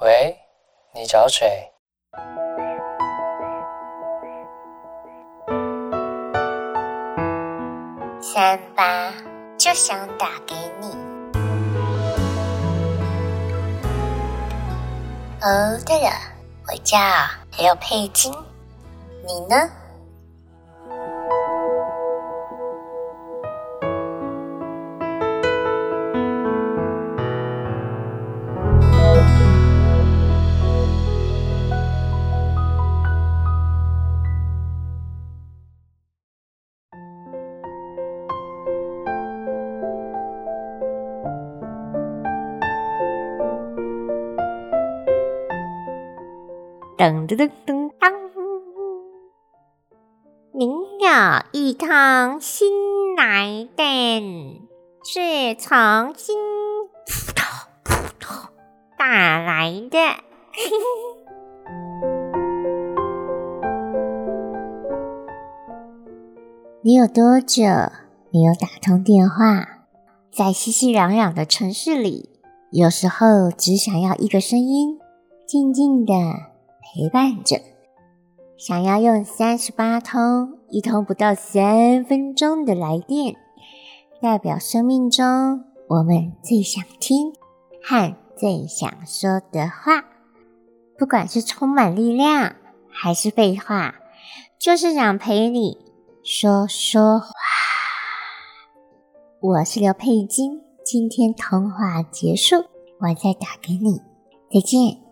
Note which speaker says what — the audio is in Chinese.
Speaker 1: 喂，你找谁？
Speaker 2: 38就想打给你。哦，对了，我叫刘佩金，你呢？
Speaker 3: 噔噔噔噔当，您有一通新来电，是从新打来的。你有多久没有打通电话？在熙熙攘攘的城市里，有时候只想要一个声音，静静的陪伴着。想要用38通，一通不到3分钟的来电，代表生命中我们最想听和最想说的话。不管是充满力量还是废话，就是想陪你说说话。我是刘佩金，今天通话结束，我再打给你，再见。